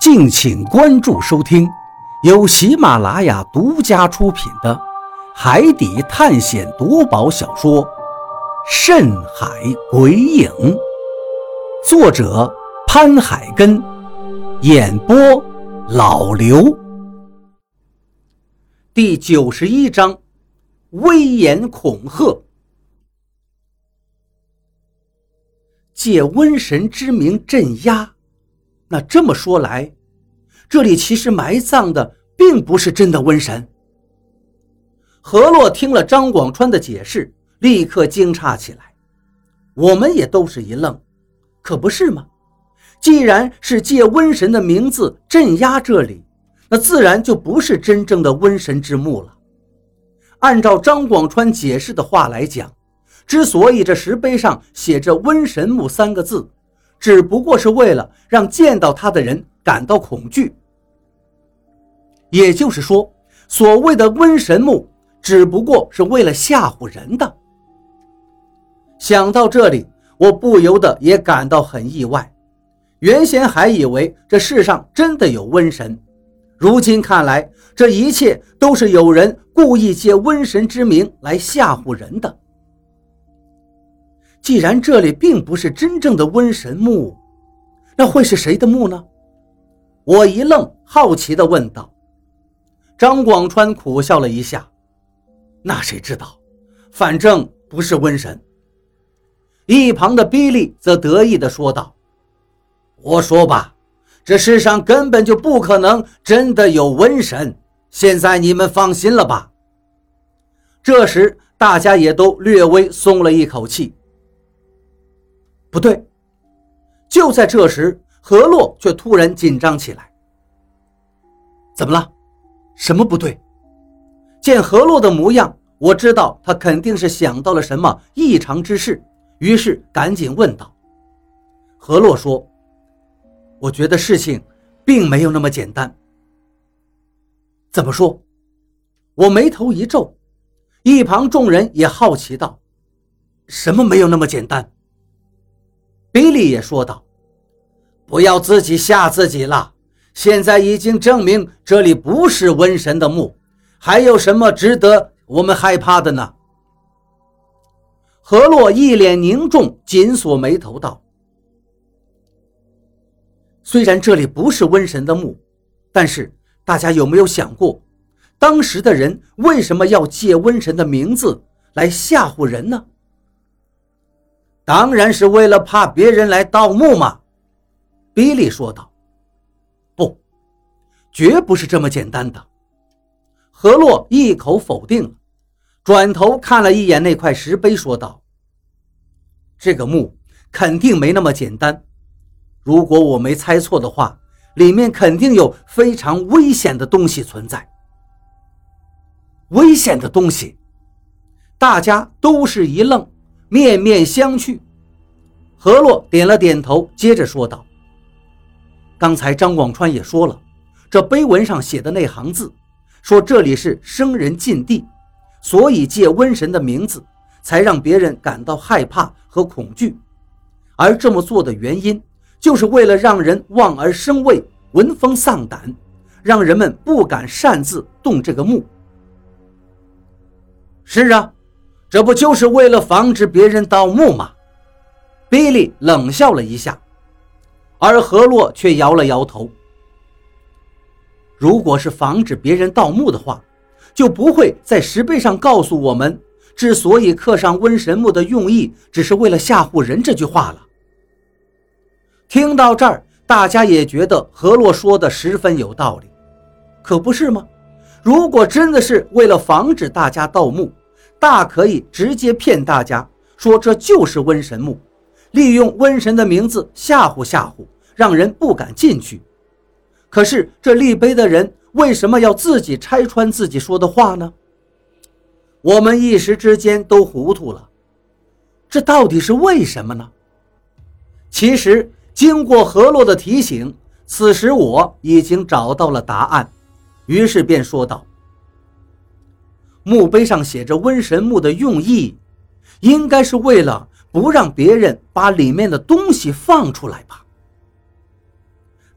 敬请关注收听，由喜马拉雅独家出品的海底探险夺宝小说《深海鬼影》，作者潘海根，演播老刘。第91章，威严恐吓。借瘟神之名镇压，那这么说来，这里其实埋葬的并不是真的瘟神。何洛听了张广川的解释，立刻惊诧起来。我们也都是一愣，可不是吗？既然是借瘟神的名字镇压这里，那自然就不是真正的瘟神之墓了。按照张广川解释的话来讲，之所以这石碑上写着瘟神墓3个字，只不过是为了让见到他的人感到恐惧。也就是说，所谓的瘟神墓只不过是为了吓唬人的。想到这里，我不由得也感到很意外。原先还以为这世上真的有瘟神，如今看来，这一切都是有人故意借瘟神之名来吓唬人的。既然这里并不是真正的瘟神墓，那会是谁的墓呢？我一愣，好奇地问道。张广川苦笑了一下，那谁知道，反正不是瘟神。一旁的比利则得意地说道，我说吧，这世上根本就不可能真的有瘟神，现在你们放心了吧。这时大家也都略微松了一口气。不对，就在这时，何洛却突然紧张起来。怎么了？什么不对？见何洛的模样，我知道他肯定是想到了什么异常之事，于是赶紧问道。何洛说，我觉得事情并没有那么简单。怎么说？我眉头一皱，一旁众人也好奇道，什么没有那么简单？比利也说道，不要自己吓自己了，现在已经证明这里不是瘟神的墓，还有什么值得我们害怕的呢？何洛一脸凝重，紧锁眉头道，虽然这里不是瘟神的墓，但是大家有没有想过，当时的人为什么要借瘟神的名字来吓唬人呢？当然是为了怕别人来盗墓嘛，比利说道。不，绝不是这么简单的。何洛一口否定了，转头看了一眼那块石碑说道，这个墓肯定没那么简单，如果我没猜错的话，里面肯定有非常危险的东西存在。危险的东西？大家都是一愣，面面相觑。何洛点了点头，接着说道，刚才张广川也说了，这碑文上写的那行字，说这里是生人禁地，所以借瘟神的名字才让别人感到害怕和恐惧，而这么做的原因就是为了让人望而生畏，闻风丧胆，让人们不敢擅自动这个墓。是啊，这不就是为了防止别人盗墓吗？比利冷笑了一下，而何洛却摇了摇头。如果是防止别人盗墓的话，就不会在石碑上告诉我们，之所以刻上瘟神墓的用意只是为了吓唬人这句话了。听到这儿，大家也觉得何洛说的十分有道理，可不是吗？如果真的是为了防止大家盗墓，大可以直接骗大家说这就是瘟神墓，利用瘟神的名字吓唬吓唬，让人不敢进去。可是这立碑的人为什么要自己拆穿自己说的话呢？我们一时之间都糊涂了，这到底是为什么呢？其实经过何洛的提醒，此时我已经找到了答案，于是便说道，墓碑上写着瘟神墓的用意，应该是为了不让别人把里面的东西放出来吧。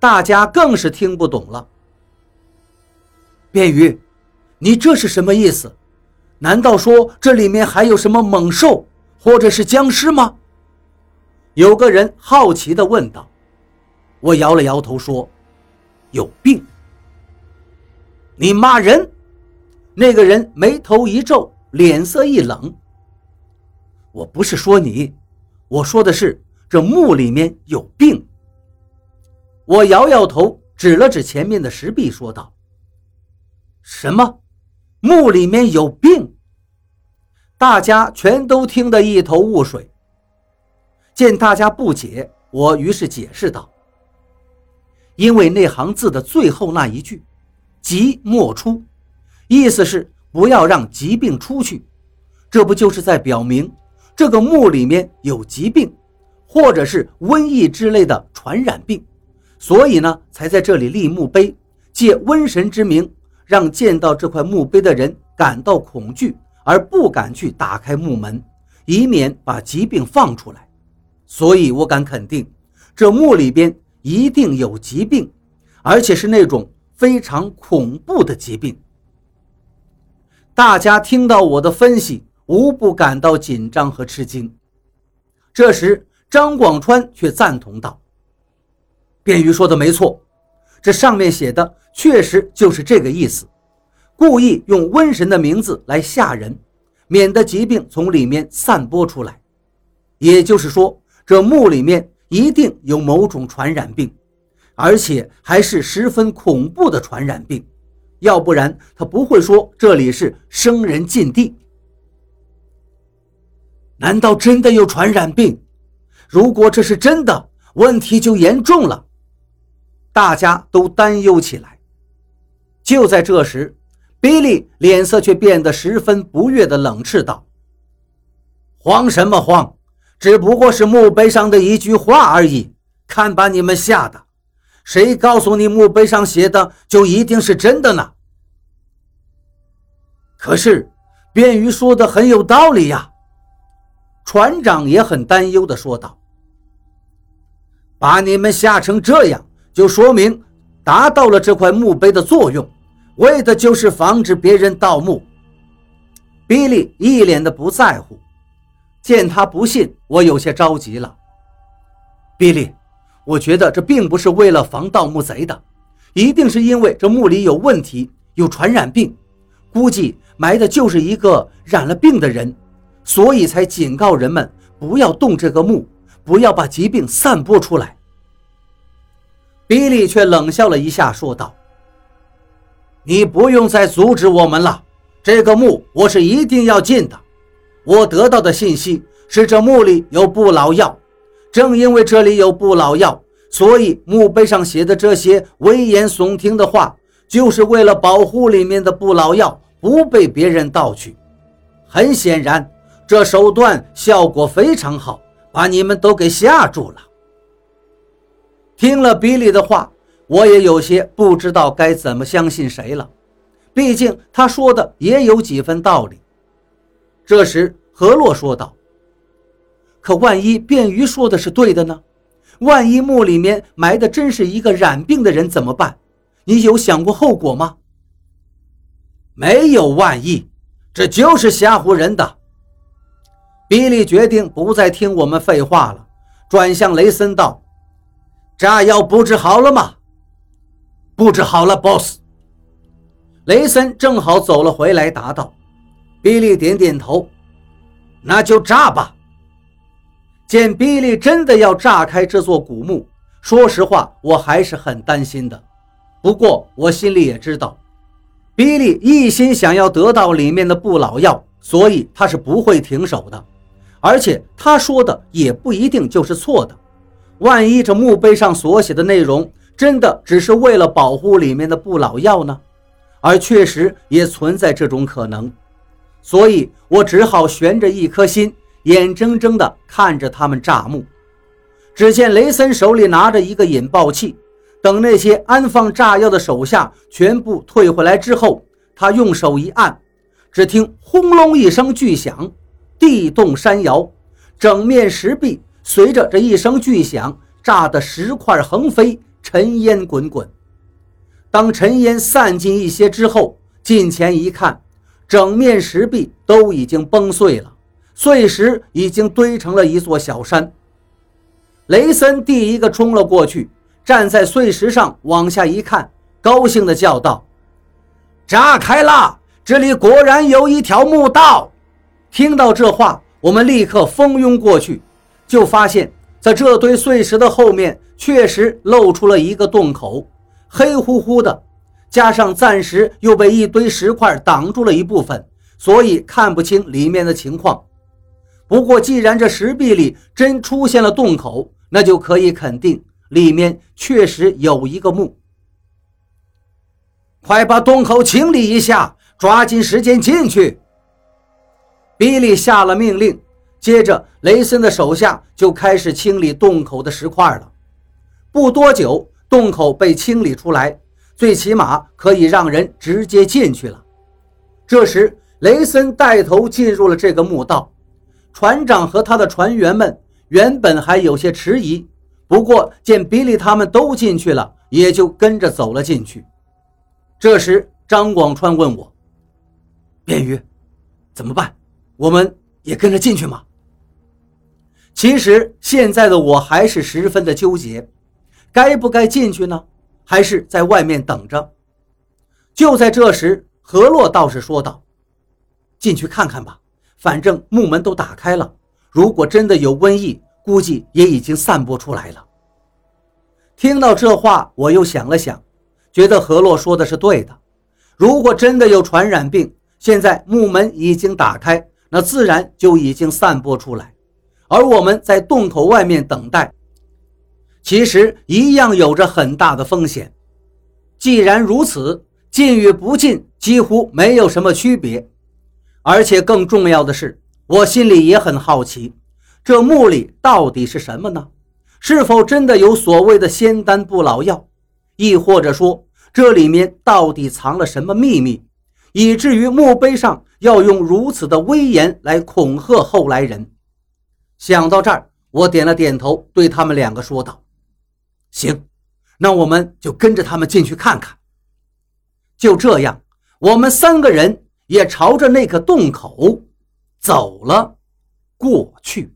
大家更是听不懂了。便于，你这是什么意思？难道说这里面还有什么猛兽或者是僵尸吗？有个人好奇地问道。我摇了摇头说，有病。你骂人？那个人眉头一皱，脸色一冷。我不是说你，我说的是这墓里面有病。我摇摇头，指了指前面的石壁说道，什么？墓里面有病？大家全都听得一头雾水。见大家不解，我于是解释道，因为那行字的最后那一句疾莫出，意思是不要让疾病出去，这不就是在表明这个墓里面有疾病或者是瘟疫之类的传染病，所以呢才在这里立墓碑，借瘟神之名让见到这块墓碑的人感到恐惧，而不敢去打开墓门，以免把疾病放出来。所以我敢肯定，这墓里边一定有疾病，而且是那种非常恐怖的疾病。大家听到我的分析，无不感到紧张和吃惊。这时张广川却赞同道，便于说的没错，这上面写的确实就是这个意思，故意用瘟神的名字来吓人，免得疾病从里面散播出来。也就是说，这墓里面一定有某种传染病，而且还是十分恐怖的传染病，要不然他不会说这里是生人禁地。难道真的有传染病？如果这是真的，问题就严重了。大家都担忧起来。就在这时，比利脸色却变得十分不悦地冷斥道，慌什么慌，只不过是墓碑上的一句话而已，看把你们吓的，谁告诉你墓碑上写的就一定是真的呢？可是便于说的很有道理呀。船长也很担忧地说道，把你们吓成这样，就说明达到了这块墓碑的作用，为的就是防止别人盗墓。比利一脸的不在乎，见他不信，我有些着急了。比利，我觉得这并不是为了防盗墓贼的，一定是因为这墓里有问题，有传染病，估计埋的就是一个染了病的人，所以才警告人们不要动这个墓，不要把疾病散播出来。比利却冷笑了一下说道，你不用再阻止我们了，这个墓我是一定要进的。我得到的信息是这墓里有不老药，正因为这里有不老药，所以墓碑上写的这些危言耸听的话，就是为了保护里面的不老药不被别人盗取。很显然，这手段效果非常好，把你们都给吓住了。听了比利的话，我也有些不知道该怎么相信谁了，毕竟他说的也有几分道理。这时何洛说道，可万一便于说的是对的呢？万一墓里面埋的真是一个染病的人怎么办？你有想过后果吗？没有万一，这就是吓唬人的。比利决定不再听我们废话了，转向雷森道，炸药布置好了吗？布置好了 boss。 雷森正好走了回来答道。比利点点头，那就炸吧。见比利真的要炸开这座古墓，说实话我还是很担心的，不过我心里也知道，比利一心想要得到里面的不老药，所以他是不会停手的，而且他说的也不一定就是错的。万一这墓碑上所写的内容真的只是为了保护里面的不老药呢？而确实也存在这种可能，所以我只好悬着一颗心，眼睁睁地看着他们炸墓。只见雷森手里拿着一个引爆器，等那些安放炸药的手下全部退回来之后，他用手一按，只听轰隆一声巨响，地动山摇，整面石壁随着这一声巨响炸得石块横飞， 尘烟滚滚。当尘烟散尽一些之后，近前一看，整面石壁都已经崩碎了，碎石已经堆成了一座小山。雷森第一个冲了过去，站在碎石上往下一看，高兴地叫道：炸开了，这里果然有一条墓道。听到这话，我们立刻蜂拥过去，就发现在这堆碎石的后面确实露出了一个洞口，黑乎乎的，加上暂时又被一堆石块挡住了一部分，所以看不清里面的情况。不过既然这石壁里真出现了洞口，那就可以肯定里面确实有一个墓。快把洞口清理一下，抓紧时间进去。比利下了命令，接着雷森的手下就开始清理洞口的石块了。不多久，洞口被清理出来，最起码可以让人直接进去了。这时雷森带头进入了这个墓道，船长和他的船员们原本还有些迟疑，不过见比利他们都进去了，也就跟着走了进去。这时张广川问我：便于，怎么办？我们也跟着进去吗？其实现在的我还是十分的纠结，该不该进去呢？还是在外面等着？就在这时，何洛倒是说道：进去看看吧，反正墓门都打开了，如果真的有瘟疫，估计也已经散播出来了。听到这话，我又想了想，觉得何洛说的是对的。如果真的有传染病，现在墓门已经打开，那自然就已经散播出来，而我们在洞口外面等待，其实一样有着很大的风险。既然如此，进与不进几乎没有什么区别。而且更重要的是，我心里也很好奇，这墓里到底是什么呢？是否真的有所谓的仙丹不老药？亦或者说，这里面到底藏了什么秘密，以至于墓碑上要用如此的威严来恐吓后来人？想到这儿，我点了点头，对他们两个说道：行，那我们就跟着他们进去看看。就这样，我们三个人也朝着那个洞口走了过去。